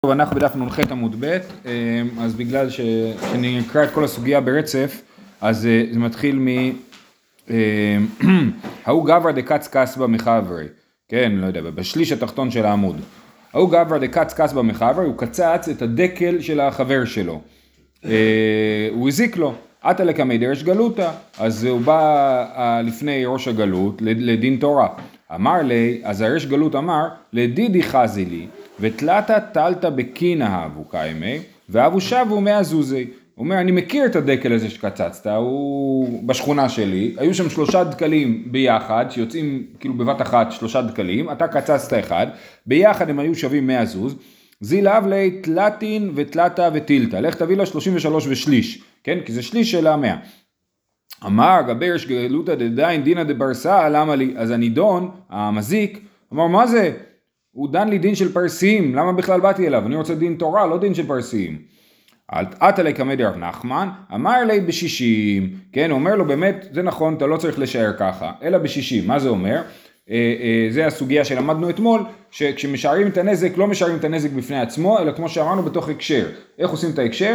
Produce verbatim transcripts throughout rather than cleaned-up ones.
טוב, אנחנו בדף נ"ח עמוד ב', אז בגלל שאני אקרא את כל הסוגיה ברצף, אז זה מתחיל מ... ההוא גברא דקץ כסבא מחברי, כן, לא יודע, בשליש התחתון של העמוד. ההוא גברא דקץ כסבא מחברי, הוא קצץ את הדקל של החבר שלו. הוא הזיק לו, עתה לקמי דרש גלותא, אז הוא בא לפני ראש הגלות לדין תורה. אמר לי, אז הרש גלות אמר, לדידי חזי לי, ותלתה תלתה בקינה אבו קיימי, ואבו שבו מהזוזי. הוא אומר, אני מכיר את הדקל הזה שקצצת, הוא בשכונה שלי, היו שם שלושה דקלים ביחד, שיוצאים כאילו בבת אחת שלושה דקלים, אתה קצצת אחד, ביחד הם היו שווים מאה זוז, זיל אב לי תלתין ותלתה ותילתה, לך תביא לה שלושים ושלוש ושליש, כן? כי זה שליש של המאה. אמר גבר שגלותא דדיין דינא דברסה, למה לי? אז הנידון, המזיק, אמר מה זה? הוא דן לי דין של פרסים, למה בכלל באתי אליו? אני רוצה דין תורה, לא דין של פרסים. עתה לי קמא דרב נחמן, אמר לי בשישים, כן, הוא אומר לו באמת, זה נכון, אתה לא צריך לשער ככה, אלא בשישים, מה זה אומר? זה הסוגיה שלמדנו אתמול, שכשמשערים את הנזק, לא משערים את הנזק בפני עצמו, אלא כמו שאמרנו בתוך הקשר. איך עושים את ההקשר?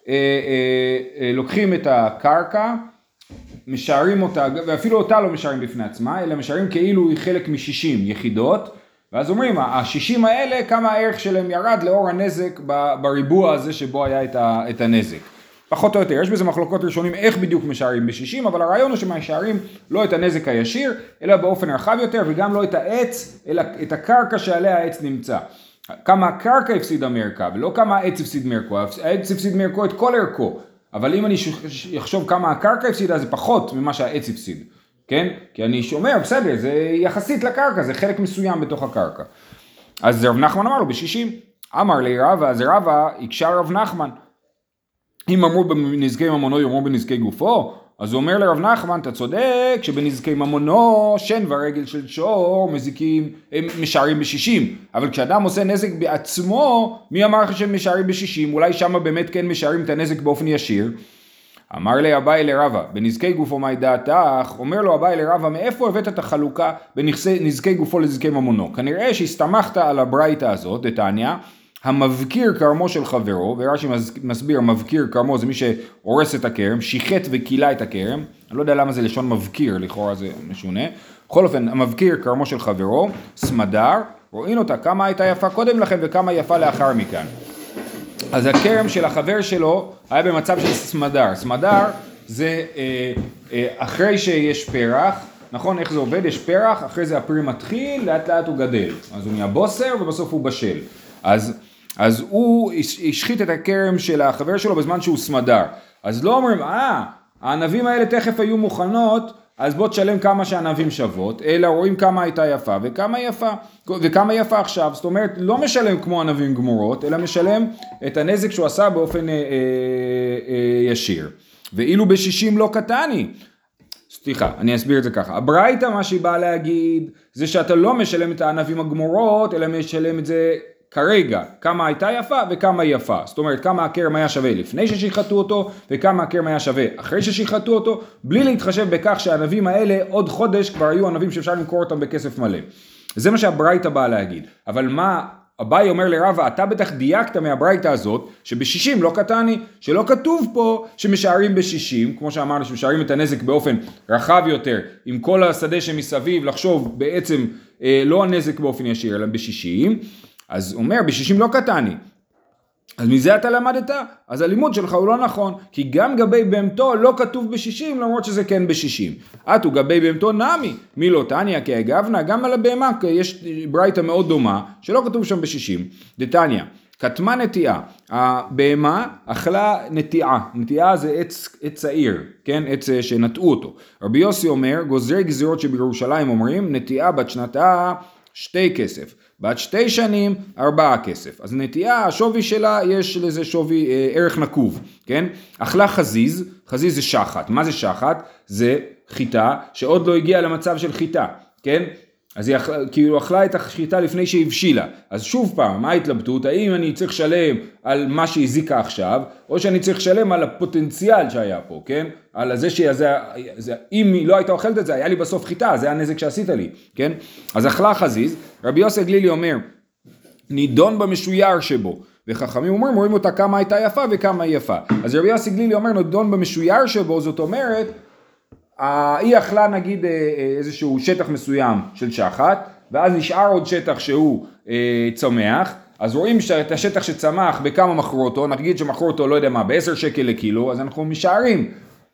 לוקחים את הקרקע, משערים אותה, ואפילו אותה לא משערים בפני עצמה, אלא משערים כאילו היא חלק מ-שישים יחידות, ואז אומרים, ה-שישים האלה, כמה הערך שלהם ירד לאור הנזק בריבוע הזה שבו היה את הנזק. פחות או יותר, יש בזה מחלוקות ראשונים איך בדיוק משערים ב-שישים, אבל הרעיון הוא שמשערים לא את הנזק הישיר, אלא באופן רחב יותר, וגם לא את העץ, אלא את הקרקע שעליה העץ נמצא. כמה הקרקע הפסידה מערכו, ולא כמה העץ הפסיד מערכו, העץ הפסיד מערכו את כל ערכו, אבל אם אני אחשוב כמה הקרקע הפסידה, זה פחות ממה שהעץ הפסיד. כן? כי אני שומע, בסדר, זה יחסית לקרקע, זה חלק מסוים בתוך הקרקע. אז רב נחמן אמר לו ב-שישים, אמר לי רבא, אז רבא יקשר רב נחמן. אם אמרו בנזקי ממונו, יאמרו בנזקי גופו, אז הוא אומר לרב נחמן, אתה צודק, שבנזקי ממונו, שן ורגל של שור, מזיקים, הם משערים ב-שישים. אבל כשאדם עושה נזק בעצמו, מי אמר לך שהם משערים ב-שישים? אולי שמה באמת כן משערים את הנזק באופן ישיר. אמר לי אביי לרבא, בנזקי גופו מהי דעתך? אומר לו אביי לרבא, מאיפה הבאת את החלוקה בנזקי גופו לנזקי ממונו? כנראה שהסתמכת על הברייתא הזאת, דתניא, המבקיר כרמו של חברו, ורש"י מסביר, מבקיר כרמו זה מי שהורס את הכרם, שיחת וקילה את הכרם, אני לא יודע למה זה לשון מבקיר, לכאורה זה משונה, בכל אופן, המבקיר כרמו של חברו, סמדר, רואים אותה כמה הייתה יפה קודם לכן וכמה יפה לאחר מכאן. אז הכרם של החבר שלו היה במצב של סמדר. סמדר זה אה, אה, אחרי שיש פרח, נכון איך זה עובד? יש פרח, אחרי זה הפרי מתחיל, לאט לאט הוא גדל. אז הוא נהיה בוסר ובסוף הוא בשל. אז, אז הוא השחית את הכרם של החבר שלו בזמן שהוא סמדר. אז לא אומרים, אה, הענבים האלה תכף היו מוכנות, אז בוא תשלם כמה שהענבים שוות, אלא רואים כמה הייתה יפה וכמה יפה, וכמה יפה עכשיו. זאת אומרת, לא משלם כמו ענבים גמורות, אלא משלם את הנזק שהוא עשה באופן אה, אה, אה, ישיר. ואילו בשישים לא קטני. סליחה, אני אסביר את זה ככה. הברייתא מה שהיא באה להגיד, זה שאתה לא משלם את הענבים הגמורות, אלא משלם את זה כרגע, כמה הייתה יפה וכמה יפה. זאת אומרת, כמה הכרם היה שווה לפני ששיחטו אותו, וכמה הכרם היה שווה אחרי ששיחטו אותו, בלי להתחשב בכך שהענבים האלה עוד חודש כבר היו ענבים שאפשר למכור אותם בכסף מלא. זה מה שהברייתא באה להגיד. אבל מה, אביי אומר לרבא, אתה בטח דייקת מהברייתא הזאת, שבשישים לא קטני, שלא כתוב פה שמשערים בשישים, כמו שאמרנו שמשערים את הנזק באופן רחב יותר, עם כל השדה שמסביב, לחשוב בעצם אה, לא הנזק באופן ישיר, אלא בשישים, אז הוא אומר, בשישים לא קטני. אז מזה אתה למדת? אז הלימוד שלך הוא לא נכון, כי גם גבי בהמתו לא כתוב בשישים, למרות שזה כן בשישים. עתו גבי בהמתו נמי, מי לא תניא כהגבנה, גם על הבהמה יש ברייתא מאוד דומה, שלא כתוב שם בשישים. דתניא, כתמה נטיעה, הבהמה אכלה נטיעה, נטיעה זה עץ, עץ צעיר, כן? עץ שנטעו אותו. רבי יוסי אומר, גוזרי גזירות שבירושלים אומרים, נטיעה בת שנתה שתי כסף. בת שתי שנים, ארבעה כסף. אז נטיעה, השווי שלה, יש לזה שווי, אה, ערך נקוב, כן? אכלה חזיז, חזיז זה שחת. מה זה שחת? זה חיטה שעוד לא הגיעה למצב של חיטה, כן? אז היא אכלה, כאילו אכלה את החיטה לפני שהבשילה. אז שוב פעם, מה ההתלבטות? האם אני צריך לשלם על מה שהזיקה עכשיו, או שאני צריך לשלם על הפוטנציאל שהיה פה, כן? על זה שזה, זה, אם היא לא הייתה אוכלת את זה, היה לי בסוף חיטה, זה הנזק שעשית לי, כן? אז אכלה חזיז, רבי יוסי גלילי אומר, נידון במשויר שבו, וחכמים אומרים, רואים אותה כמה הייתה יפה וכמה היא יפה. אז רבי יוסי גלילי אומר, נדון במשויר שבו, זאת אומרת, היא אכלה נגיד איזשהו שטח מסוים של שחת, ואז נשאר עוד שטח שהוא צומח, אז רואים את השטח שצמח בכמה מכרו אותו, נגיד שמכרו אותו לא יודע מה, בעשר שקל לקילו, אז אנחנו משערים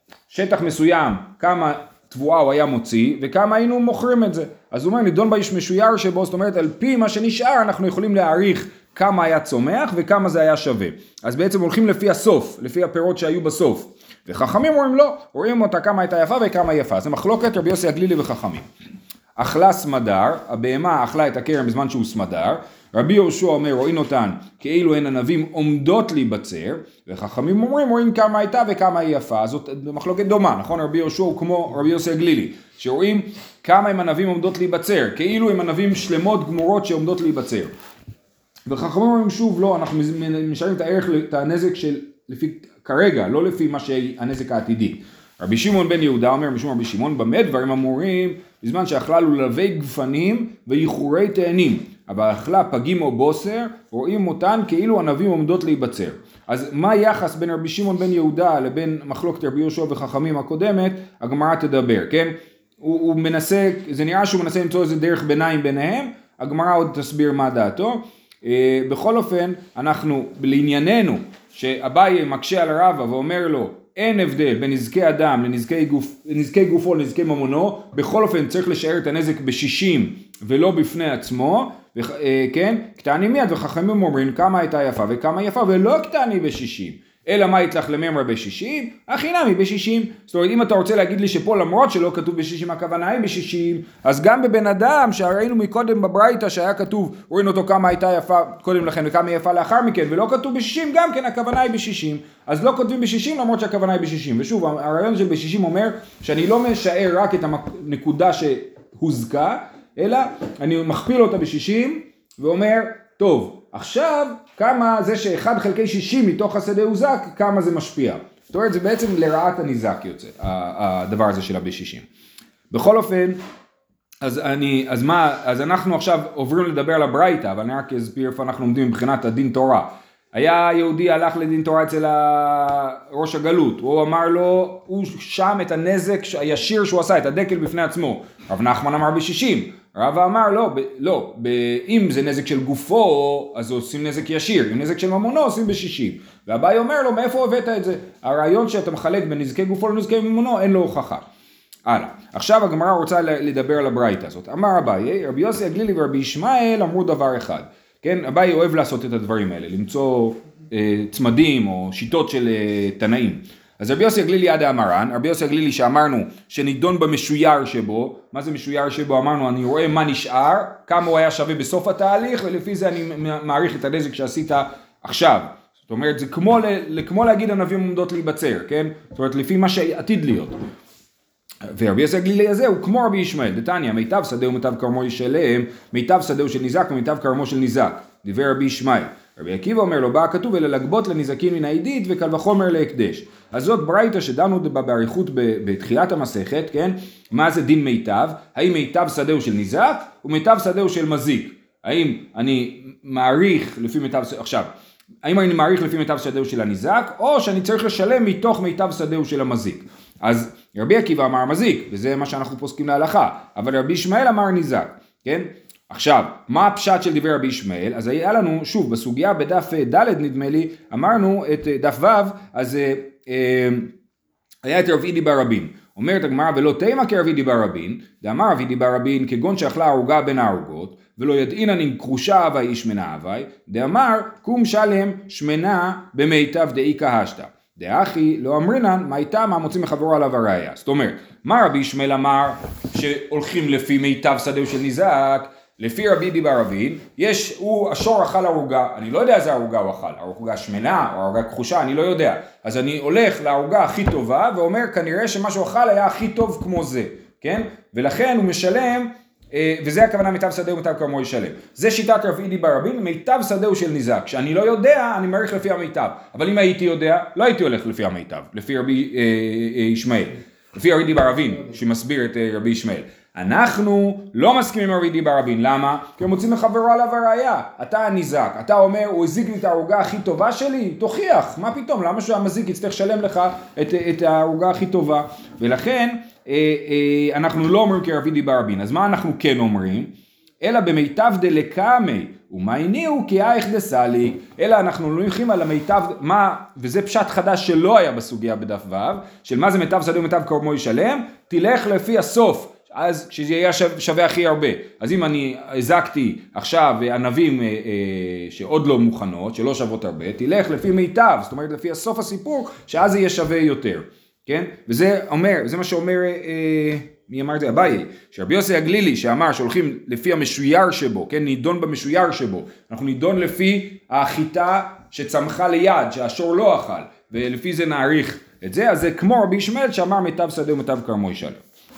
שטח מסוים, כמה תבואה הוא היה מוציא, וכמה היינו מוכרים את זה. אז הוא אומר, נידון באיש משויר שבו, זאת אומרת, על פי מה שנשאר, אנחנו יכולים להעריך כמה היה צומח וכמה זה היה שווה. אז בעצם הולכים לפי הסוף, לפי הפירות שהיו בסוף. וחכמים אומרים לא, רואים אותה כמה הייתה יפה וכמה היא יפה. זה מחלוקת רבי יוסי הגלילי וחכמים. אכלה סמדר, הבהמה אכלה את הכרם בזמן שהוא סמדר, רבי יהושע אומר רואים אותן כאילו הן ענבים עומדות להיבצר, וחכמים אומרים רואים כמה הייתה וכמה היא יפה. זאת מחלוקת דומה, נכון? רבי יהושע הוא כמו רבי יוסי הגלילי, שרואים כמה הם ענבים עומדות להיבצר, כאילו הם ענבים שלמות גמורות שעומדות להיבצר. וחכמים אומרים שוב לא, אנחנו משלמים את הערך, את הנזק של לפי כרגע, לא לפי מה שהנזק העתידי. רבי שמעון בן יהודה אומר משום רבי שמעון, במה דברים אמורים בזמן שאכלה לולבי גפנים וייחורי תאנים, אבל אכלה פגים או בוסר, רואים אותן כאילו ענבים עומדות להיבצר. אז מה היחס בין רבי שמעון בן יהודה לבין מחלוקת רבי יהושע וחכמים הקודמת? הגמרא תדבר, כן? הוא, הוא מנסה, זה נראה שהוא מנסה למצוא איזה דרך ביניים ביניהם, הגמרא עוד תסביר מה דעתו. אה, בכל אופן, אנחנו לענייננו, שאביי מקשה על רבא ואומר לו, אין הבדל בין נזקי אדם לנזקי גוף, נזקי גופו לנזקי ממונו, בכל אופן צריך לשער את הנזק ב-שישים ולא בפני עצמו, ו, אה, כן? קטני מיד וחכמים אומרים כמה הייתה יפה וכמה יפה ולא קטני ב-שישים, אלא מה יתלך לממרה ב-שישים? הכי נמי ב-שישים. זאת אומרת, אם אתה רוצה להגיד לי שפה למרות שלא כתוב ב-שישים, הכוונה היא ב-שישים, אז גם בבן אדם שראינו מקודם בברייתא שהיה כתוב, רואים אותו כמה הייתה יפה קודם לכן וכמה יפה לאחר מכן, ולא כתוב ב-שישים, גם כן הכוונה היא ב-שישים. אז לא כותבים ב-שישים למרות שהכוונה היא ב-שישים. ושוב, הרעיון של ב-שישים אומר שאני לא משער רק את הנקודה שהוזקה, אלא אני מכפיל אותה ב-שישים ואומר, טוב, עכשיו כמה זה שאחד חלקי שישים מתוך השדה הוזק, כמה זה משפיע. זאת אומרת, זה בעצם לרעת הניזק יוצא, הדבר הזה של ב-שישים. בכל אופן, אז, אני, אז, מה, אז אנחנו עכשיו עוברים לדבר על הברייתא, אבל אני רק אסביר איפה אנחנו עומדים מבחינת הדין תורה. היה יהודי הלך לדין תורה אצל ראש הגלות, הוא אמר לו, הוא שם את הנזק הישיר שהוא עשה, את הדקל בפני עצמו. רב נחמן אמר ב-שישים, רבא אמר לא, ב, לא ב, אם זה נזק של גופו, אז עושים נזק ישיר, אם נזק של ממונו עושים ב-שישים. והבאי אומר לו, מאיפה הבאת את זה? הרעיון שאתה מחלק בין נזקי גופו לנזקי ממונו, אין לו הוכחה. הלאה, עכשיו הגמרא רוצה לדבר על הברייתא הזאת. אמר אביי, רבי יוסי הגלילי ורבי ישמעאל אמרו דבר אחד. כן, אביי אוהב לעשות את הדברים האלה, למצוא אה, צמדים או שיטות של אה, תנאים. אז רבי יוסי הגלילי עד האמרן, רבי יוסי הגלילי שאמרנו שנידון במשויר שבו, מה זה משויר שבו? אמרנו אני רואה מה נשאר, כמה הוא היה שווה בסוף התהליך, ולפי זה אני מעריך את הנזק שעשית עכשיו. זאת אומרת, זה כמו, כמו להגיד ענבים עומדות להיבצר, כן? זאת אומרת, לפי מה שעתיד להיות. ורבי יוסי הגלילי הזה הוא כמו רבי ישמעאל, דתניא, מיטב שדהו ומיטב כרמו ישלם, מיטב שדהו של ניזק ומיטב כרמו של ניזק, דיבר רבי ישמעאל. רבי עקיבא אומר לו, בא כתוב אלא לגבות לנזקין מן העידית וקל וחומר להקדש. אז זאת ברייתא שדנו בה באריכות בתחילת המסכת, כן? מה זה דין מיטב? האם מיטב שדהו של ניזק ומיטב שדהו של מזיק? האם אני מעריך לפי מיטב, עכשיו, האם אני מעריך לפי מיטב שדהו של הניזק, או שאני צריך לשלם מתוך מיטב שדהו של המזיק? אז רבי עקיבא אמר מזיק, וזה מה שאנחנו פוסקים להלכה, אבל רבי ישמעאל אמר ניזק, כן? עכשיו, מה הפשט של דבר רבי ישמעאל? אז היה לנו, שוב, בסוגיה בדף ד' נדמה לי, אמרנו את דף ו', אז אה, אה, היה את רב אידי בר רבין. אומרת הגמרא, ולא תימה כרב אידי בר רבין, דאמר רב אידי בר רבין, כגון שאכלה ערוגה בין הערוגות, ולא ידעינן אם כרושה אבי איש שמנה אבי, דאמר, קום שלם שמנה במיטב דאי כהשתא. דאחי לא אמרינן, מה איתה מה מוצאים מחברו עליו הראיה. זאת אומרת, מה רבי ישמעאל אמר שהולכים לפי מיטב שדהו של ניזק, לפי רבי אידי בר רבין, יש, הוא, השור אכל ערוגה, אני לא יודע איזה ערוגה הוא אכל, ערוגה שמנה או ערוגה כחושה, אני לא יודע. אז אני הולך לערוגה הכי טובה ואומר, כנראה שמה שהוא אכל היה הכי טוב כמו זה, כן? ולכן הוא משלם, וזה הכוונה מיטב שדהו ומיטב כרמו ישלם. זה שיטת רבי אידי בר רבין, מיטב שדהו של ניזק. כשאני לא יודע, אני מעריך לפי המיטב. אבל אם הייתי יודע, לא הייתי הולך לפי המיטב, לפי רבי ישמעאל. לפי רבי אידי בר רבין, שמסביר את רבי ישמעאל. אנחנו לא מסכימים עם רבי דיבר רבין, למה? כי הם מוצאים לחברו עליו הראייה, אתה הניזק, אתה אומר הוא הזיק לי את הערוגה הכי טובה שלי, תוכיח, מה פתאום, למה שהמזיק יצטרך לשלם לך את, את הערוגה הכי טובה, ולכן אה, אה, אנחנו לא אומרים כרבי דיבר רבין, אז מה אנחנו כן אומרים? אלא במיטב דלקמי, ומה הניעו כי איך דסלי, אלא אנחנו לא הולכים על המיטב, מה, וזה פשט חדש שלא היה בסוגיה בדף ו', של מה זה מיטב שדה ומיטב כרמו ישלם, תלך לפי הסוף, אז שזה יהיה שווה, שווה הכי הרבה. אז אם אני הזקתי עכשיו ענבים אה, אה, שעוד לא מוכנות, שלא שוות הרבה, תלך לפי מיטב, זאת אומרת לפי הסוף הסיפור, שאז זה יהיה שווה יותר, כן? וזה אומר, זה מה שאומר... אה, מי אמר את זה? אביי, שרבי יוסי הגלילי שאמר שהולכים לפי המשויר שבו, כן, נידון במשויר שבו, אנחנו נידון לפי החיטה שצמחה ליד, שהשור לא אכל, ולפי זה נעריך את זה, אז זה כמו רבי ישמעאל שאמר מיטב שדה ומיטב כרמו ישלם.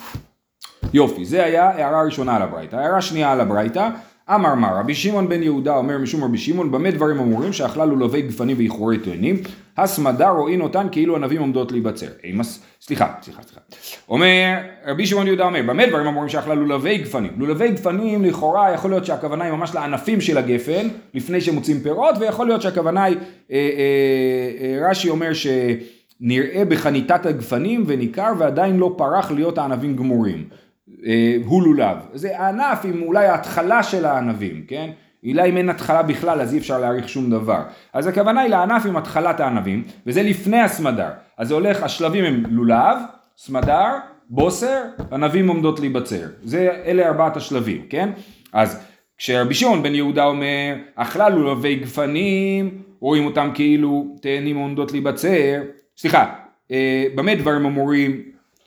יופי, זה היה הערה ראשונה על הברייתא. הערה שנייה על הברייתא, אמר מה, רבי שמעון בן יהודה אומר משום רבי שמעון, במה דברים אמורים שאכלה לולבי גפנים ואיחורי תאנים, הסמדה רואים אותן כאילו ענבים עומדות להיבצר. סליחה, סליחה, סליחה. אומר, רבי שמעון יהודה אומר, במה דברים אמורים שאכלה לולבי גפנים? לולבי גפנים לכאורה יכול להיות שהכוונה היא ממש לענפים של הגפן, לפני שמוצאים פירות, ויכול להיות שהכוונה היא, אה, אה, אה, רש"י אומר שנראה בחניתת הגפנים וניכר ועדיין לא פרח להיות הענבים גמורים. הוא לולב, זה הענף עם אולי ההתחלה של הענבים, כן? אולי אם אין התחלה בכלל אז אי אפשר להעריך שום דבר, אז הכוונה היא לענף עם התחלת הענבים, וזה לפני הסמדר, אז זה הולך, השלבים הם לולב, סמדר, בוסר, ענבים עומדות להיבצר, זה, אלה ארבעת השלבים, כן? אז כשרבי שמעון בן יהודה אומר, אכלה לולבי גפנים, רואים אותם כאילו תאנים עומדות להיבצר, סליחה, במה דברים אמורים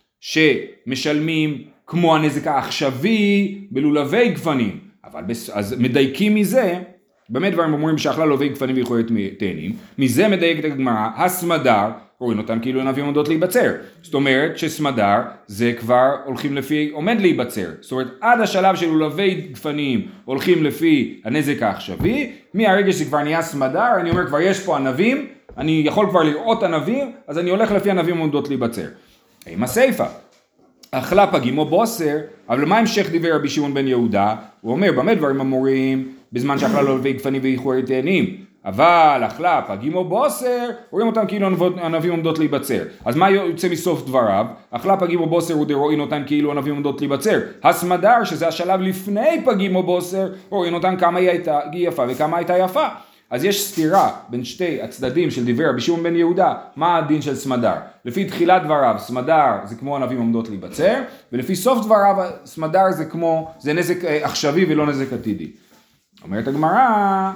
שמשלמים כמו הנזק העכשווי בלולבי גפנים, אבל בס... אז מדייקים מזה, באמת דברים אומרים שאכלה לולבי גפנים ואיחורי תאנים, מזה מדייקת הגמרא, הסמדר, רואים אותם כאילו ענבים עומדות להיבצר, זאת אומרת שסמדר זה כבר הולכים לפי עומד להיבצר, זאת אומרת עד השלב של לולבי גפנים הולכים לפי הנזק העכשווי, מהרגע שזה כבר נהיה סמדר, אני אומר כבר יש פה ענבים, אני יכול כבר לראות ענבים, אז אני הולך לפי ענבים עומדות להיבצר. עם הסייפה, אכלה פגים או בוסר, אבל מה המשך דיבר רבי שמעון בן יהודה? הוא אומר, במה דברים אמורים בזמן שאכלה לולבי גפנים ואיחורי תאנים? אבל אכלה פגים או בוסר, רואים אותם כאילו ענבים עומדות להיבצר. אז מה יוצא מסוף דבריו? אכלה פגים או בוסר רואים אותם כאילו ענבים עומדות להיבצר. הסמדר, שזה השלב לפני פגים או בוסר, רואים אותם כמה היא הייתה יפה וכמה הייתה יפה. אז יש סתירה בין שתי הצדדים של דיבר רבי שמעון בן יהודה, מה הדין של סמדר? לפי תחילת דבריו, סמדר זה כמו ענבים עומדות להיבצר, ולפי סוף דבריו, סמדר זה כמו, זה נזק עכשווי ולא נזק עתידי. אומרת הגמרא,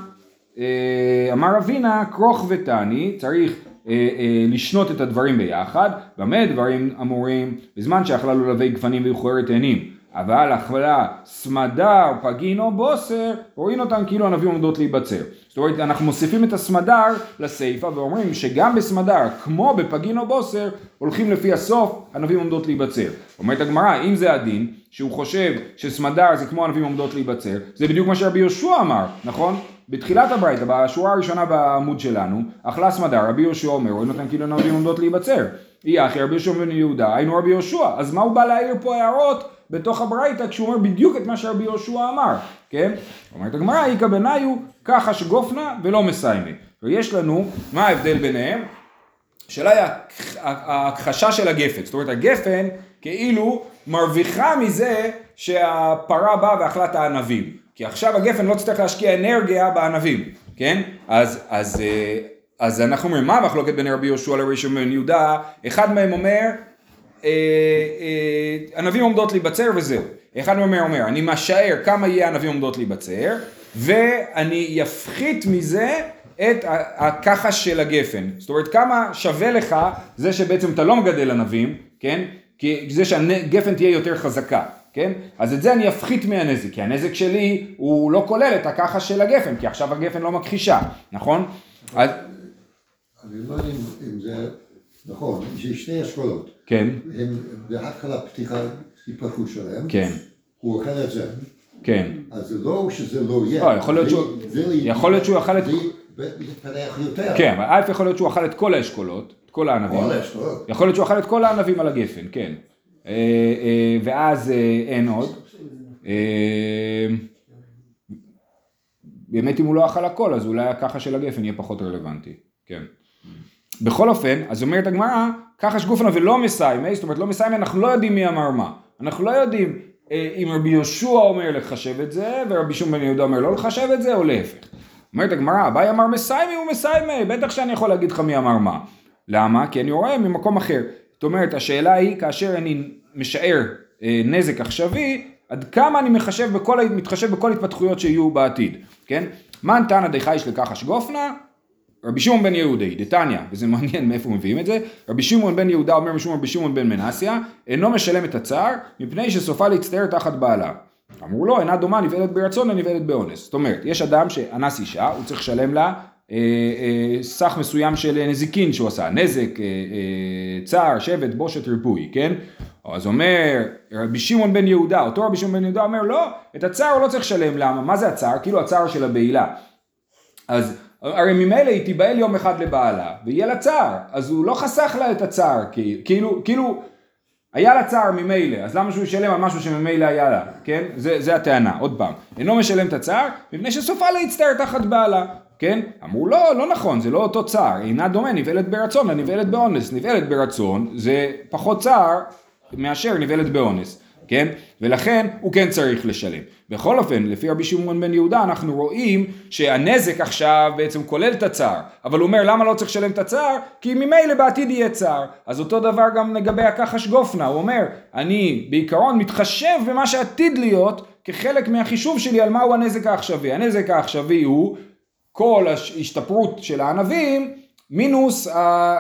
אמר אבינה, כרוך ותני, צריך לשנות את הדברים ביחד, במה דברים אמורים, בזמן שאכלה לולבי גפנים ואיחורי תאנים, אבל אכלה סמדר, פגין או בוסר, רואים אותם כאילו ענבים עומדות להיבצר. זאת אומרת, אנחנו מוסיפים את הסמדר לסייפה ואומרים שגם בסמדר, כמו בפגין או בוסר, הולכים לפי הסוף, ענבים עומדות להיבצר. אומרת הגמרא, אם זה הדין, שהוא חושב שסמדר זה כמו ענבים עומדות להיבצר, זה בדיוק מה שרבי יהושע אמר, נכון? בתחילת הברייתא, בשורה הראשונה בעמוד שלנו, אכלה סמדר, רבי יהושע אומר, רואים אותם כאילו ענבים עומדות להיבצר. היא אחי רבי יהושע בן יהודה, היינו רבי יהושע, אז מה הוא בא להעיר פה הערות בתוך הברייתא כשהוא אומר בדיוק את מה שרבי יהושע אמר, כן? אומרת הגמרא, איקא בניו, ככה שגופנה ולא מסיימי. ויש לנו, מה ההבדל ביניהם? השאלה היא ההכחשה של הגפן, זאת אומרת הגפן כאילו מרוויחה מזה שהפרה באה ואכלה את הענבים, כי עכשיו הגפן לא צריך להשקיע אנרגיה בענבים, כן? אז, אז, אז אנחנו אומרים, מה המחלוקת בין רבי יהושע לרבי שמעון בן יהודה? אחד מהם אומר, ענבים עומדות להיבצר וזהו. אחד אומר, אומר, אני משער כמה יהיה ענבים עומדות להיבצר, ואני יפחית מזה את הכחש של הגפן. זאת אומרת, כמה שווה לך זה שבעצם אתה לא מגדל ענבים, כן? כי זה שהגפן תהיה יותר חזקה, כן? אז את זה אני אפחית מהנזק, כי הנזק שלי הוא לא כולל את הכחש של הגפן, כי עכשיו הגפן לא מכחישה, נכון? אז... אני לא יודע אם זה... נכון, יש שני אשכולות. כן. הם בהתחלה פתיחה, טיפחו שלהם. כן. הוא אוכל את זה. כן. אז זה לא שזה לא יהיה. לא, יכול להיות שהוא... יכול להיות שהוא אכל את... זה יתפתח יותר. כן, אבל א' יכול להיות שהוא אכל את כל האשכולות, את כל הענבים. כל האשכולות. יכול להיות שהוא אכל את כל הענבים על הגפן, כן. ואז אין עוד. באמת אם הוא לא אכל הכל, אז אולי הככה של הגפן יהיה פחות רלוונטי. כן. בכל אופן, אז אומרת הגמרא, ככה שגופנה ולא מסיימי, זאת אומרת לא מסיימי, אנחנו לא יודעים מי אמר מה. אנחנו לא יודעים אם רבי יהושע אומר לחשב את זה, ורבי שמעון בן יהודה אומר לא לחשב את זה, או להפך. אומרת הגמרא, אביי אמר מסיימי הוא מסיימי, בטח שאני יכול להגיד לך מי אמר מה. למה? כי אני רואה ממקום אחר. זאת אומרת, השאלה היא, כאשר אני משער אה, נזק עכשווי, עד כמה אני מחשב בכל, מתחשב בכל התפתחויות שיהיו בעתיד, כן? מן תנא דחייש לכחש גופנה, רבי שמעון בן יהודה, דתניא, וזה מעניין מאיפה מביאים את זה, רבי שמעון בן יהודה אומר משום רבי שמעון בן מנסיה, אינו משלם את הצער, מפני שסופה להצטער תחת בעלה. אמרו לו, אינה דומה נבעלת ברצון לנבעלת באונס. זאת אומרת, יש אדם שאנס אישה, הוא צריך לשלם לה אה, אה, סך מסוים של נזיקין שהוא עשה, נזק, אה, אה, צער, שבט, בושת, ריפוי, כן? אז אומר, רבי שמעון בן יהודה, אותו רבי שמעון בן יהודה אומר, לא, את הצער הוא לא צריך לשלם, למה? מה זה הצער? כאילו הצער של הבעילה. אז הרי ממילא היא תיבעל יום אחד לבעלה, ויהיה לה צער, אז הוא לא חסך לה את הצער, כאילו, כאילו, היה לה צער ממילא, אז למה שהוא ישלם על משהו שממילא היה לה, כן? זה, זה הטענה, עוד פעם. אינו משלם את הצער, מפני שסופה להצטער תחת בעלה, כן? אמרו לא, לא נכון, זה לא אותו צער, אינה דומה, נבעלת ברצון, נבעלת באונס, נבעלת ברצון, זה פחות צער מאשר נבעלת באונס. כן? ולכן הוא כן צריך לשלם. בכל אופן, לפי רבי שמעון בן יהודה, אנחנו רואים שהנזק עכשיו בעצם כולל את הצער. אבל הוא אומר, למה לא צריך לשלם את הצער? כי ממילא בעתיד יהיה צער. אז אותו דבר גם לגבי הכחש גופנה. הוא אומר, אני בעיקרון מתחשב במה שעתיד להיות, כחלק מהחישוב שלי על מהו הנזק העכשווי. הנזק העכשווי הוא כל ההשתפרות של הענבים, מינוס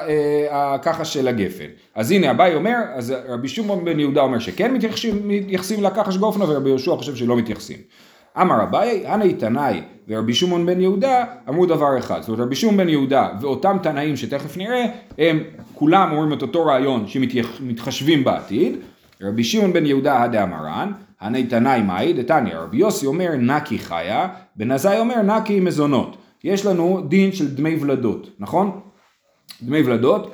הכחש של הגפן. אז הנה, אביי אומר, אז רבי שמעון בן יהודה אומר שכן מתייחסים, מתייחסים לכחש גופנה, ורבי יהושע חושב שלא מתייחסים. אמר אביי, הנה תנאי ורבי שמעון בן יהודה אמרו דבר אחד. זאת אומרת, רבי שמעון בן יהודה ואותם תנאים שתכף נראה, הם כולם אומרים את אותו רעיון שמתחשבים בעתיד. רבי שמעון בן יהודה הדאמרן, הנה תנאי מאי, דתניא, רבי יוסי אומר נקי חיה, בן עזאי אומר נקי מזונות. יש לנו דין של דמי ולדות, נכון? דמי ולדות,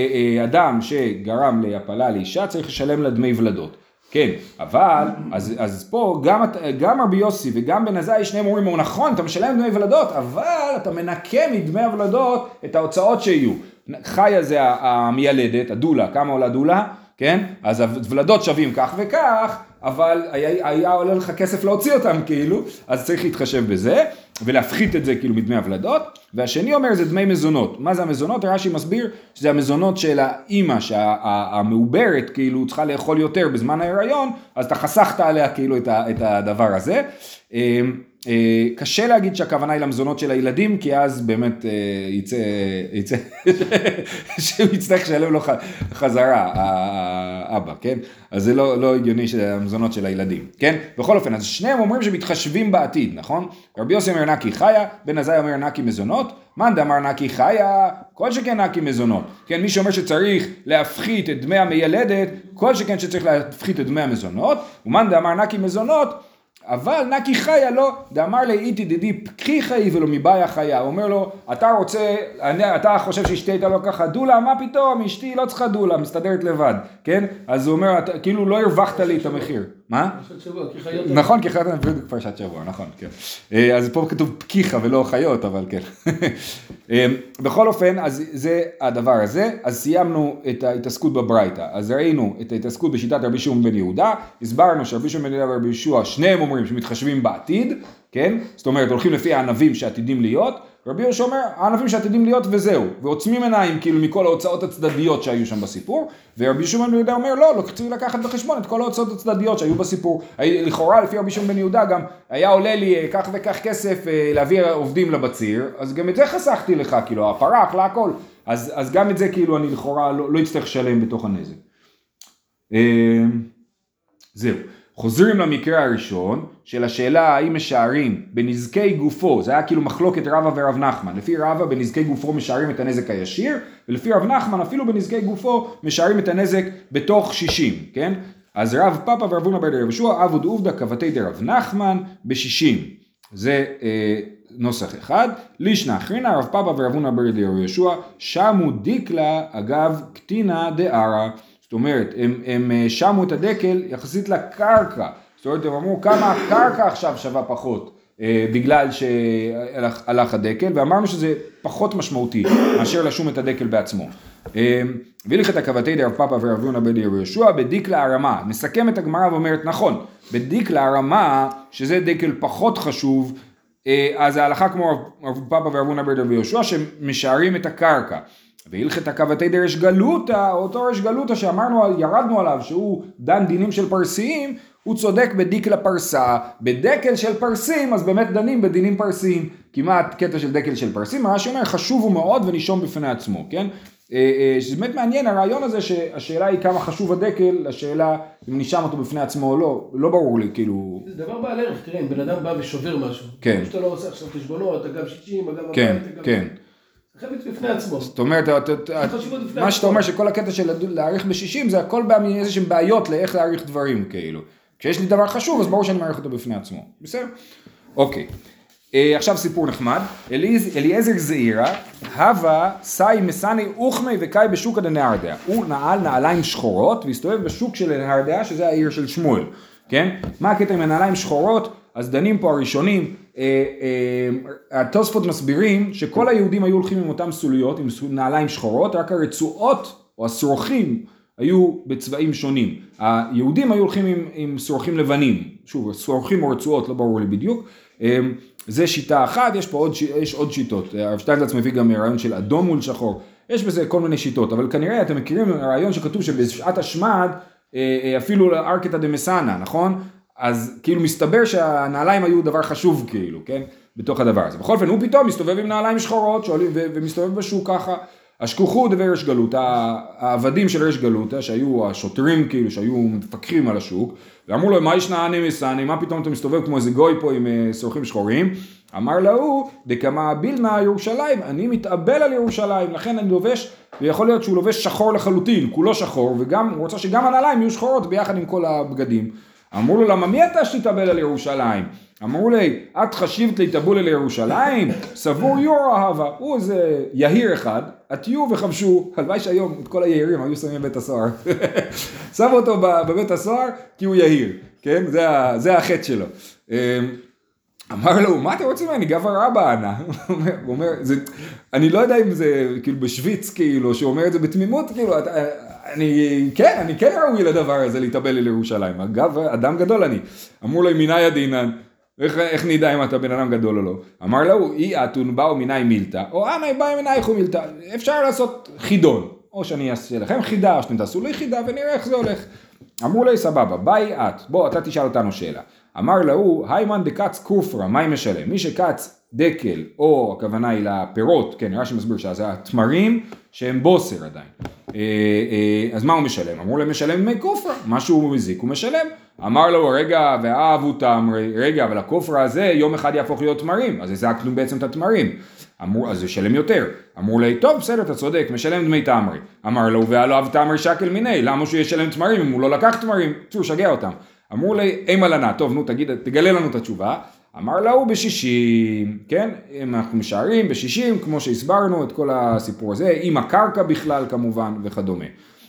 אדם שגרם להפלה לאישה צריך לשלם לה דמי ולדות. כן, אבל, אז, אז פה גם, גם רבי יוסי וגם בן עזאי שניהם אומרים, נכון, אתה משלם דמי ולדות, אבל אתה מנקה מדמי הוולדות את ההוצאות שיהיו. חיה זה המיילדת, הדולה, כמה עולה דולה? כן? אז הוולדות שווים כך וכך, אבל היה, היה עולה לך כסף להוציא אותם כאילו, אז צריך להתחשב בזה, ולהפחית את זה כאילו מדמי הוולדות, והשני אומר זה דמי מזונות. מה זה המזונות? רש"י מסביר שזה המזונות של האימא, שהמעוברת כאילו צריכה לאכול יותר בזמן ההיריון, אז אתה חסכת עליה כאילו את, ה, את הדבר הזה. קשה להגיד שהכוונה היא למזונות של הילדים, כי אז באמת יצא, יצא שהוא יצטרך לשלם לו חזרה, האבא, כן? אז זה לא, לא הגיוני שהמזונות של הילדים, כן? בכל אופן, אז שניהם אומרים שמתחשבים בעתיד, נכון? רבי יוסי אומר נקי חיה, בן עזאי אומר נקי מזונות, מאן דאמר נקי חיה, כל שכן נקי מזונות. כן, מי שאומר שצריך להפחית את דמי המיילדת, כל שכן שצריך להפחית את דמי המזונות, ומאן דאמר נקי מזונות, אבל נקי חיה לא, דאמר לי איתי דידי פקחי חיי ולא מבעיה חיה. הוא אומר לו, אתה רוצה, אני, אתה חושב שאשתי הייתה לו ככה דולה, מה פתאום, אשתי לא צריכה דולה, מסתדרת לבד, כן? אז הוא אומר, אתה, כאילו לא הרווחת לי את המחיר. מה? פרשת שבוע, כי חיות. נכון, כי חיות אני בדיוק פרשת שבוע, נכון, כן. אז פה כתוב פקיחה ולא חיות, אבל כן. בכל אופן, אז זה הדבר הזה, אז סיימנו את ההתעסקות בברייתא, אז ראינו את ההתעסקות בשיטת רבי שמעון בן יהודה, הסברנו שרבי שמעון בן יהודה ורבי יהושע, שניהם אומרים שמתחשבים בעתיד, כן? זאת אומרת, הולכים לפי הענבים שעתידים להיות, רבי יהושע אומר, הענבים שעתידים להיות וזהו, ועוצמים עיניים כאילו מכל ההוצאות הצדדיות שהיו שם בסיפור, ורבי שמעון בן יהודה אומר, לא, לא צריך לקחת בחשבון את כל ההוצאות הצדדיות שהיו בסיפור. לכאורה, לפי רבי שמעון בן יהודה גם, היה עולה לי כך וכך כסף להביא עובדים לבציר, אז גם את זה חסכתי לך, כאילו, הפרח, להכל, אז, אז גם את זה כאילו אני לכאורה לא, לא אצטרך לשלם בתוך הנזק. זהו. חוזרים למקרה הראשון של השאלה האם משערים בנזקי גופו, זה היה כאילו מחלוקת רבא ורב נחמן, לפי רבא בנזקי גופו משערים את הנזק הישיר, ולפי רב נחמן אפילו בנזקי גופו משערים את הנזק בתוך שישים, כן? אז רב פאפא ורב הונא בר דרבי יהושע עבוד עובדא כבתי דרב נחמן בשישים, זה אה, נוסח אחד. לישנא אחרינא רב פאפא ורב הונא בר דרבי יהושע שמו דיקלה אגב קטינה דערא, זאת זאת אומרת, הם, הם שמו את הדקל יחסית לקרקע, זאת אומרת, הם אמרו כמה הקרקע עכשיו שווה פחות, אה, בגלל שהלך הדקל, ואמרנו שזה פחות משמעותי, מאשר לשום את הדקל בעצמו. אה, והליך את הקבתי דרב פאפא ורב יונה בן יהושע בדקלה הרמה, נסכם את הגמרא ואומרת נכון, בדקלה הרמה, שזה דקל פחות חשוב, אה, אז ההלכה כמו רב פאפא ורב יונה בן יהושע, שמשערים את הקרקע. והלכת הקבתי דרש גלותה, אותו רש גלותה שאמרנו, ירדנו עליו, שהוא דן דינים של פרסיים, הוא צודק בדקל הפרסה, בדקל של פרסים, אז באמת דנים בדינים פרסיים, כמעט קטע של דקל של פרסים, מה שאומר חשוב הוא מאוד ונישום בפני עצמו, כן? שזה באמת מעניין הרעיון הזה שהשאלה היא כמה חשוב הדקל, השאלה אם נישם אותו בפני עצמו או לא, לא ברור לי, כאילו... זה דבר בעל ערך, תראה, אם בן אדם בא ושובר משהו, כן. שאתה לא עושה עכשיו חשבונות, אגב שישים, אגב... כן, כן. חייבת בפני עצמו. זאת אומרת, מה שאתה אומר שכל הקטע של להעריך ב-שישים זה הכל בא מאיזשהם בעיות לאיך להעריך דברים כאילו. כשיש לי דבר חשוב אז ברור שאני מעריך אותו בפני עצמו. בסדר? אוקיי. עכשיו סיפור נחמד. אליעזר זעירא, הווה סאי מסני אוכמי וקאי בשוק דנהרדעא. הוא נעל נעליים שחורות והסתובב בשוק של דנהרדעא שזה העיר של שמואל. כן? מה הקטע עם הנעליים שחורות? אז דנים פה הראשונים, התוספות מסבירים שכל היהודים היו הולכים עם אותם סוליות, עם נעליים שחורות, רק הרצועות או הסורכים היו בצבעים שונים. היהודים היו הולכים עם, עם סורכים לבנים, שוב, סורכים או רצועות, לא ברור לי בדיוק. זה שיטה אחת, יש פה עוד, יש עוד שיטות. הרב שטיינזלץ מביא גם רעיון של אדום מול שחור. יש בזה כל מיני שיטות, אבל כנראה אתם מכירים הרעיון שכתוב שבשעת השמד, אפילו לארקתא דמסאנא, נכון? אז כאילו מסתבר שהנעליים היו דבר חשוב כאילו, כן? בתוך הדבר הזה. בכל אופן, הוא פתאום מסתובב עם נעליים שחורות, שואלים, ו- ומסתובב בשוק ככה. השכוחו דבר רש גלותא, העבדים של רש גלותא, שהיו השוטרים כאילו, שהיו מפקחים על השוק, ואמרו לו, מה ישנה אני מסעני, מה פתאום אתה מסתובב כמו איזה גוי פה עם סורכים שחורים? אמר לו, דקמה בילנה ירושלים, אני מתאבל על ירושלים, לכן אני לובש, ויכול להיות שהוא לובש שחור לחלוטין, כולו שחור, וגם, הוא רוצה שגם הנעליים יהיו שחורות ביחד עם כל הבגדים. אמרו לו, למה מי אתה שתתאבל על ירושלים? אמרו לי, את חשיבת להתאבול על ירושלים? סבור יורו אהבה, הוא איזה יהיר אחד, עטיו וחבשו, הלוואי שהיום את כל היהירים היו שמים בבית הסוהר. שמו אותו בבית הסוהר כי הוא יהיר, כן? זה, זה החטא שלו. אמר לו, מה אתה רוצה ממני? גבר רבא ענה. הוא אומר, זה, אני לא יודע אם זה כאילו בשוויץ, כאילו, שהוא אומר את זה בתמימות, כאילו, אני, כן, אני כן ראוי לדבר הזה להתאבל על ירושלים. אגב, אדם גדול אני. אמרו לו, מיני ידינן, איך, איך נדע אם אתה בן אדם גדול או לא? אמר לו, אי אתון באו מיני מילתא, או אנא באו מיני חו מילתא. אפשר לעשות חידון, או שאני אעשה לכם חידה, או שאתם תעשו לי חידה, ונראה איך זה הולך. אמרו לי, סבבה, ביי את, בוא, אתה תשאל אותנו שאלה. אמר לו, היימן דקץ קופרה, מה היא משלם? מי שקץ דקל, או הכוונה היא לפירות, כן, נראה שמסביר שזה התמרים, שהם בוסר עדיין. אז מה הוא משלם? אמרו להם, משלם דמי קופרה, משהו הוא מזיק, הוא משלם. אמר לו, רגע, ואהבו תמרי, רגע, אבל הקופרה הזה יום אחד יהפוך להיות תמרים, אז הזקנו בעצם את התמרים. אמרו, אז הוא ישלם יותר. אמרו לי, טוב, בסדר, אתה צודק, משלם דמי תמרי. אמר לו, ועלו אב תמרי שקל מיני, למה שהוא ישלם תמרים אם הוא לא לקח תמרים? צור, שגע אותם. אמרו לי, אימה לנה, טוב, נו, תגיד, תגלה לנו את התשובה. אמר לו, בשישים, כן, אם אנחנו משערים בשישים, כמו שהסברנו את כל הסיפור הזה, עם הקרקע בכלל כמובן וכדומה.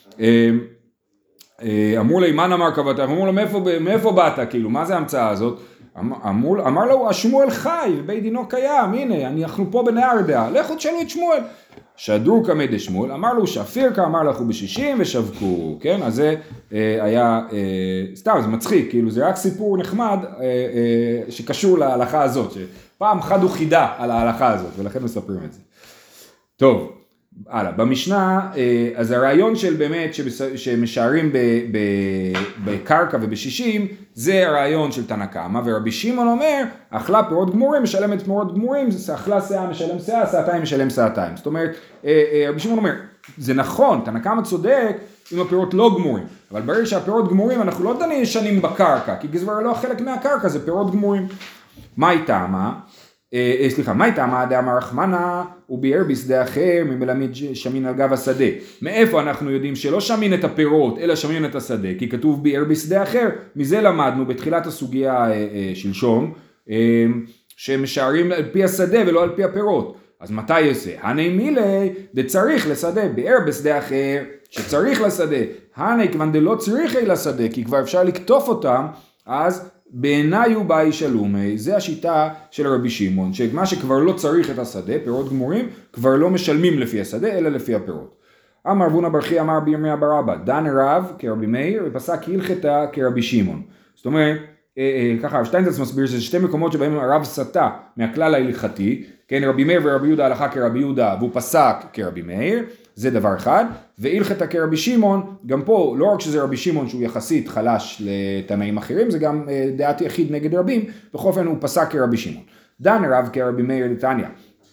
אמרו לי, מה נאמר כבתה? אמרו לו, מאיפה, מאיפה באת, כאילו, מה זה ההמצאה הזאת? אמר, אמר לו, השמואל חי, ובית דינו קיים, הנה, אנחנו פה בנהרדעא, לכו תשאלו את שמואל. שדרו כמי דשמואל, אמר לו, שפירקה, אמר לכו בשישים ושווקו, כן, אז זה אה, היה, אה, סתם, זה מצחיק, כאילו, זה רק סיפור נחמד, אה, אה, שקשור להלכה הזאת, שפעם חד הוא חידה על ההלכה הזאת, ולכן מספרים את זה. טוב. הלאה, במשנה, אז הרעיון של באמת שמשערים בקרקע ובשישים, זה הרעיון של תנא קמא, ורבי שמעון אומר, אכלה פירות גמורים, משלמת פירות גמורים, אכלה שאה משלם שאה, שעתיים משלם שעתיים. זאת אומרת, רבי שמעון אומר, זה נכון, תנא קמא צודק אם הפירות לא גמורים, אבל ברגע שהפירות גמורים, אנחנו לא דנים שנים בקרקע, כי זה כבר לא חלק מהקרקע, זה פירות גמורים. מה הייתה, מה? אה, סליחה, מה הייתה מה דאמר רחמנא וביער בשדה אחר ממלמד שמין על גב השדה? מאיפה אנחנו יודעים שלא שמין את הפירות אלא שמין את השדה? כי כתוב ביער בשדה אחר, מזה למדנו בתחילת הסוגיה אה, אה, שלשום, אה, שמשערים על פי השדה ולא על פי הפירות. אז מתי יעשה? הני מילי דצריך לשדה ביער בשדה אחר, שצריך לשדה, הנה כיוון דלא צריכי לשדה, כי כבר אפשר לקטוף אותם, אז בעיניי הוא באי שלומי, זה השיטה של רבי שמעון, שמה שכבר לא צריך את השדה, פירות גמורים, כבר לא משלמים לפי השדה, אלא לפי הפירות. אמר רב הונא בר חייא אמר רבי ירמיה בר אבא, דן רב כרבי מאיר ופסק הלכתה כרבי שמעון. זאת אומרת, אה, אה, ככה שטיינזלץ מסביר שזה שתי מקומות שבהם הרב סטה מהכלל ההלכתי, כן, רבי מאיר ורבי יהודה הלכה כרבי יהודה והוא פסק כרבי מאיר, זה דבר אחד, והלכתה כרבי שמעון, גם פה לא רק שזה רבי שמעון שהוא יחסית חלש לתנאים אחרים, זה גם אה, דעת יחיד נגד רבים, בכל אופן הוא פסק כרבי שמעון. דן רב כרבי מאיר לתניא,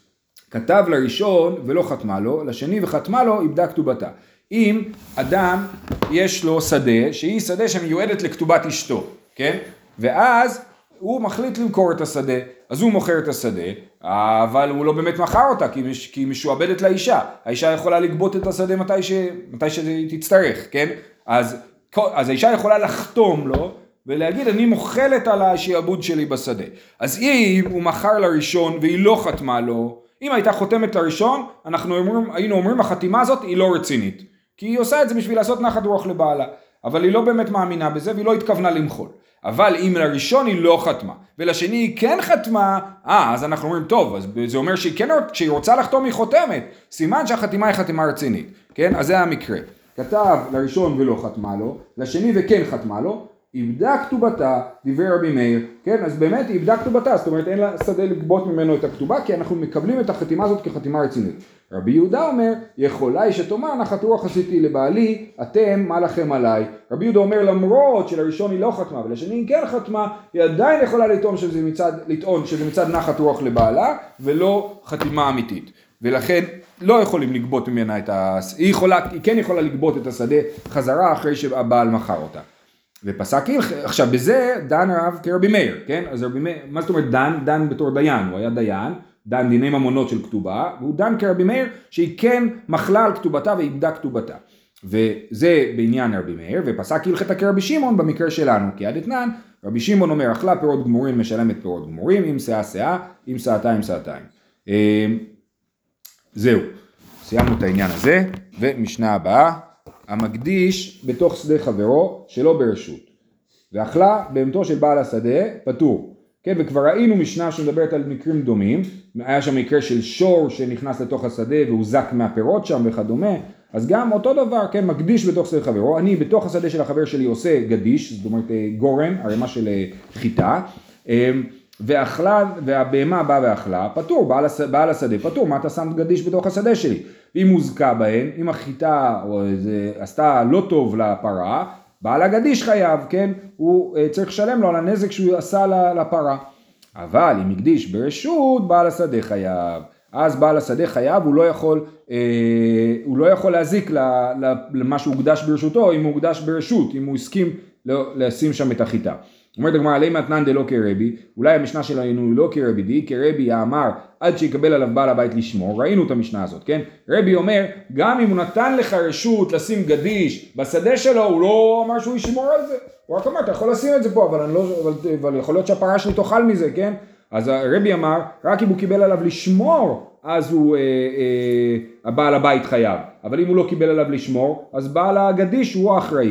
כתב לראשון ולא חתמה לו, לשני וחתמה לו, איבדה כתובתה. אם אדם יש לו שדה, שהיא שדה שמיועדת לכתובת אשתו, כן? ואז הוא מחליט למכור את השדה, אז הוא מוכר את השדה, אבל הוא לא באמת מכר אותה, כי היא משועבדת לאישה. האישה יכולה לגבות את השדה מתי, ש... מתי שהיא תצטרך, כן? אז, אז האישה יכולה לחתום לו, ולהגיד אני מוכלת על השעבוד שלי בשדה. אז אם הוא מכר לראשון והיא לא חתמה לו, אם הייתה חותמת לראשון, אנחנו אומרים, היינו אומרים החתימה הזאת היא לא רצינית. כי היא עושה את זה בשביל לעשות נחת רוח לבעלה. אבל היא לא באמת מאמינה בזה והיא לא התכוונה למחול. אבל אם לראשון היא לא חתמה, ולשני היא כן חתמה, אה, אז אנחנו אומרים, טוב, אז זה אומר שהיא כן, כשהיא רוצה לחתום היא חותמת. סימן שהחתימה היא חתימה רצינית. כן? אז זה המקרה. כתב לראשון ולא חתמה לו, לשני וכן חתמה לו, איבדה כתובתה, דברי רבי מאיר, כן, אז באמת היא איבדה כתובתה, זאת אומרת אין לה שדה לגבות ממנו את הכתובה, כי אנחנו מקבלים את החתימה הזאת כחתימה רצינית. רבי יהודה אומר, יכולה היא שתאמר, נחת רוח עשיתי לבעלי, אתם, מה לכם עליי? רבי יהודה אומר, למרות שלראשון היא לא חתמה, ולשני היא כן חתמה, היא עדיין יכולה לטעון שזה מצד, לטעון שזה מצד נחת רוח לבעלה, ולא חתימה אמיתית. ולכן לא יכולים לגבות ממנה את ה... היא, יכולה, היא כן יכולה לגבות את השדה חזרה אחרי שהבעל מכר אותה. ופסק הלכה, עכשיו בזה דן רב כרבי מאיר, כן? אז רבי מאיר, מה זאת אומרת דן? דן בתור דיין, הוא היה דיין, דן דיני ממונות של כתובה, והוא דן כרבי מאיר שהיא כן מחלה על כתובתה ואיבדה כתובתה. וזה בעניין רבי מאיר, ופסק הלכתה כרבי שמעון במקרה שלנו, כי עד אתנן, רבי שמעון אומר, אכלה פירות גמורים משלמת פירות גמורים, אם שאה שאה, אם שעתיים שעתיים. זהו, סיימנו את העניין הזה, ומשנה הבאה. המקדיש בתוך שדה חברו שלא ברשות, ואכלה בהמתו של בעל השדה פטור. כן, וכבר ראינו משנה שמדברת על מקרים דומים, היה שם מקרה של שור שנכנס לתוך השדה והוא זק מהפירות שם וכדומה, אז גם אותו דבר, כן, מקדיש בתוך שדה חברו, אני בתוך השדה של החבר שלי עושה גדיש, זאת אומרת גורן, הרמה של חיטה, ואכלה, והבהמה באה ואכלה, פטור, בעל, בעל השדה פטור, מה אתה שם גדיש בתוך השדה שלי? אם הוזקה בהן, אם החיטה או זה, עשתה לא טוב לפרה, בעל הגדיש חייב, כן? הוא צריך לשלם לו על הנזק שהוא עשה לפרה. אבל אם הקדיש ברשות, בעל השדה חייב. אז בעל השדה חייב, הוא לא יכול, אה, הוא לא יכול להזיק למה שהוא הוקדש ברשותו, אם הוא הוקדש ברשות, אם הוא הסכים לשים שם את החיטה. אומרת הגמרא, עלי מתנן דלא כרבי, אולי המשנה שלנו היא לא כרבי די, כרבי אמר עד שיקבל עליו בעל הבית לשמור, ראינו את המשנה הזאת, כן? רבי אומר, גם אם הוא נתן לך רשות לשים גדיש בשדה שלו, הוא לא אמר שהוא ישמור על זה, הוא רק אמר, אתה יכול לשים את זה פה, אבל, אני לא, אבל, אבל יכול להיות שהפרה שלי תאכל מזה, כן? אז רבי אמר, רק אם הוא קיבל עליו לשמור, אז הוא, אה, אה, הבעל הבית חייב, אבל אם הוא לא קיבל עליו לשמור, אז בעל הגדיש הוא האחראי.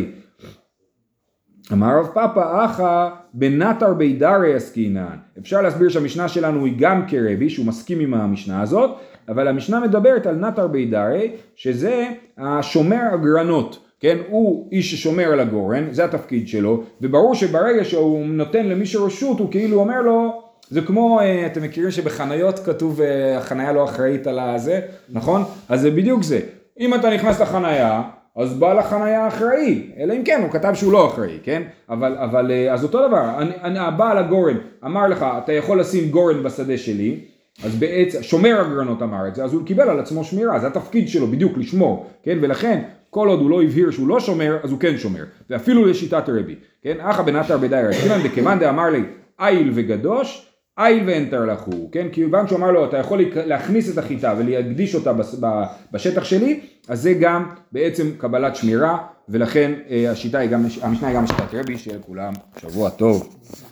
אמר רב פאפא אחא בנטר בידרי עסקינן. אפשר להסביר שהמשנה שלנו היא גם כרבי, שהוא מסכים עם המשנה הזאת, אבל המשנה מדברת על נטר בידרי, שזה השומר הגרנות, כן? הוא איש ששומר על הגורן, זה התפקיד שלו, וברור שברגע שהוא נותן למישהו רשות, הוא כאילו אומר לו, זה כמו, אתם מכירים שבחניות כתוב, החניה לא אחראית על הזה, נכון? אז זה בדיוק זה. אם אתה נכנס לחניה, אז בעל החניה אחראי, אלא אם כן, הוא כתב שהוא לא אחראי, כן? אבל, אבל, אז אותו דבר, אני, אני, הבעל הגורן אמר לך, אתה יכול לשים גורן בשדה שלי, אז בעצם, שומר הגרנות אמר את זה, אז הוא קיבל על עצמו שמירה, זה התפקיד שלו בדיוק לשמור, כן? ולכן, כל עוד הוא לא הבהיר שהוא לא שומר, אז הוא כן שומר, ואפילו לשיטת רבי, כן? אחא בנטר בדייר, כיוון דכמאן דאמר לי, איל וגדוש, איל ואנטר לכו, כן? כיוון שהוא אמר לו, אתה יכול להכניס את החיטה ולהקדיש אותה בשטח שלי, אז זה גם בעצם קבלת שמירה, ולכן השיטה היא גם, המשנה היא גם שיטת רבי, שיהיה לכולם שבוע טוב.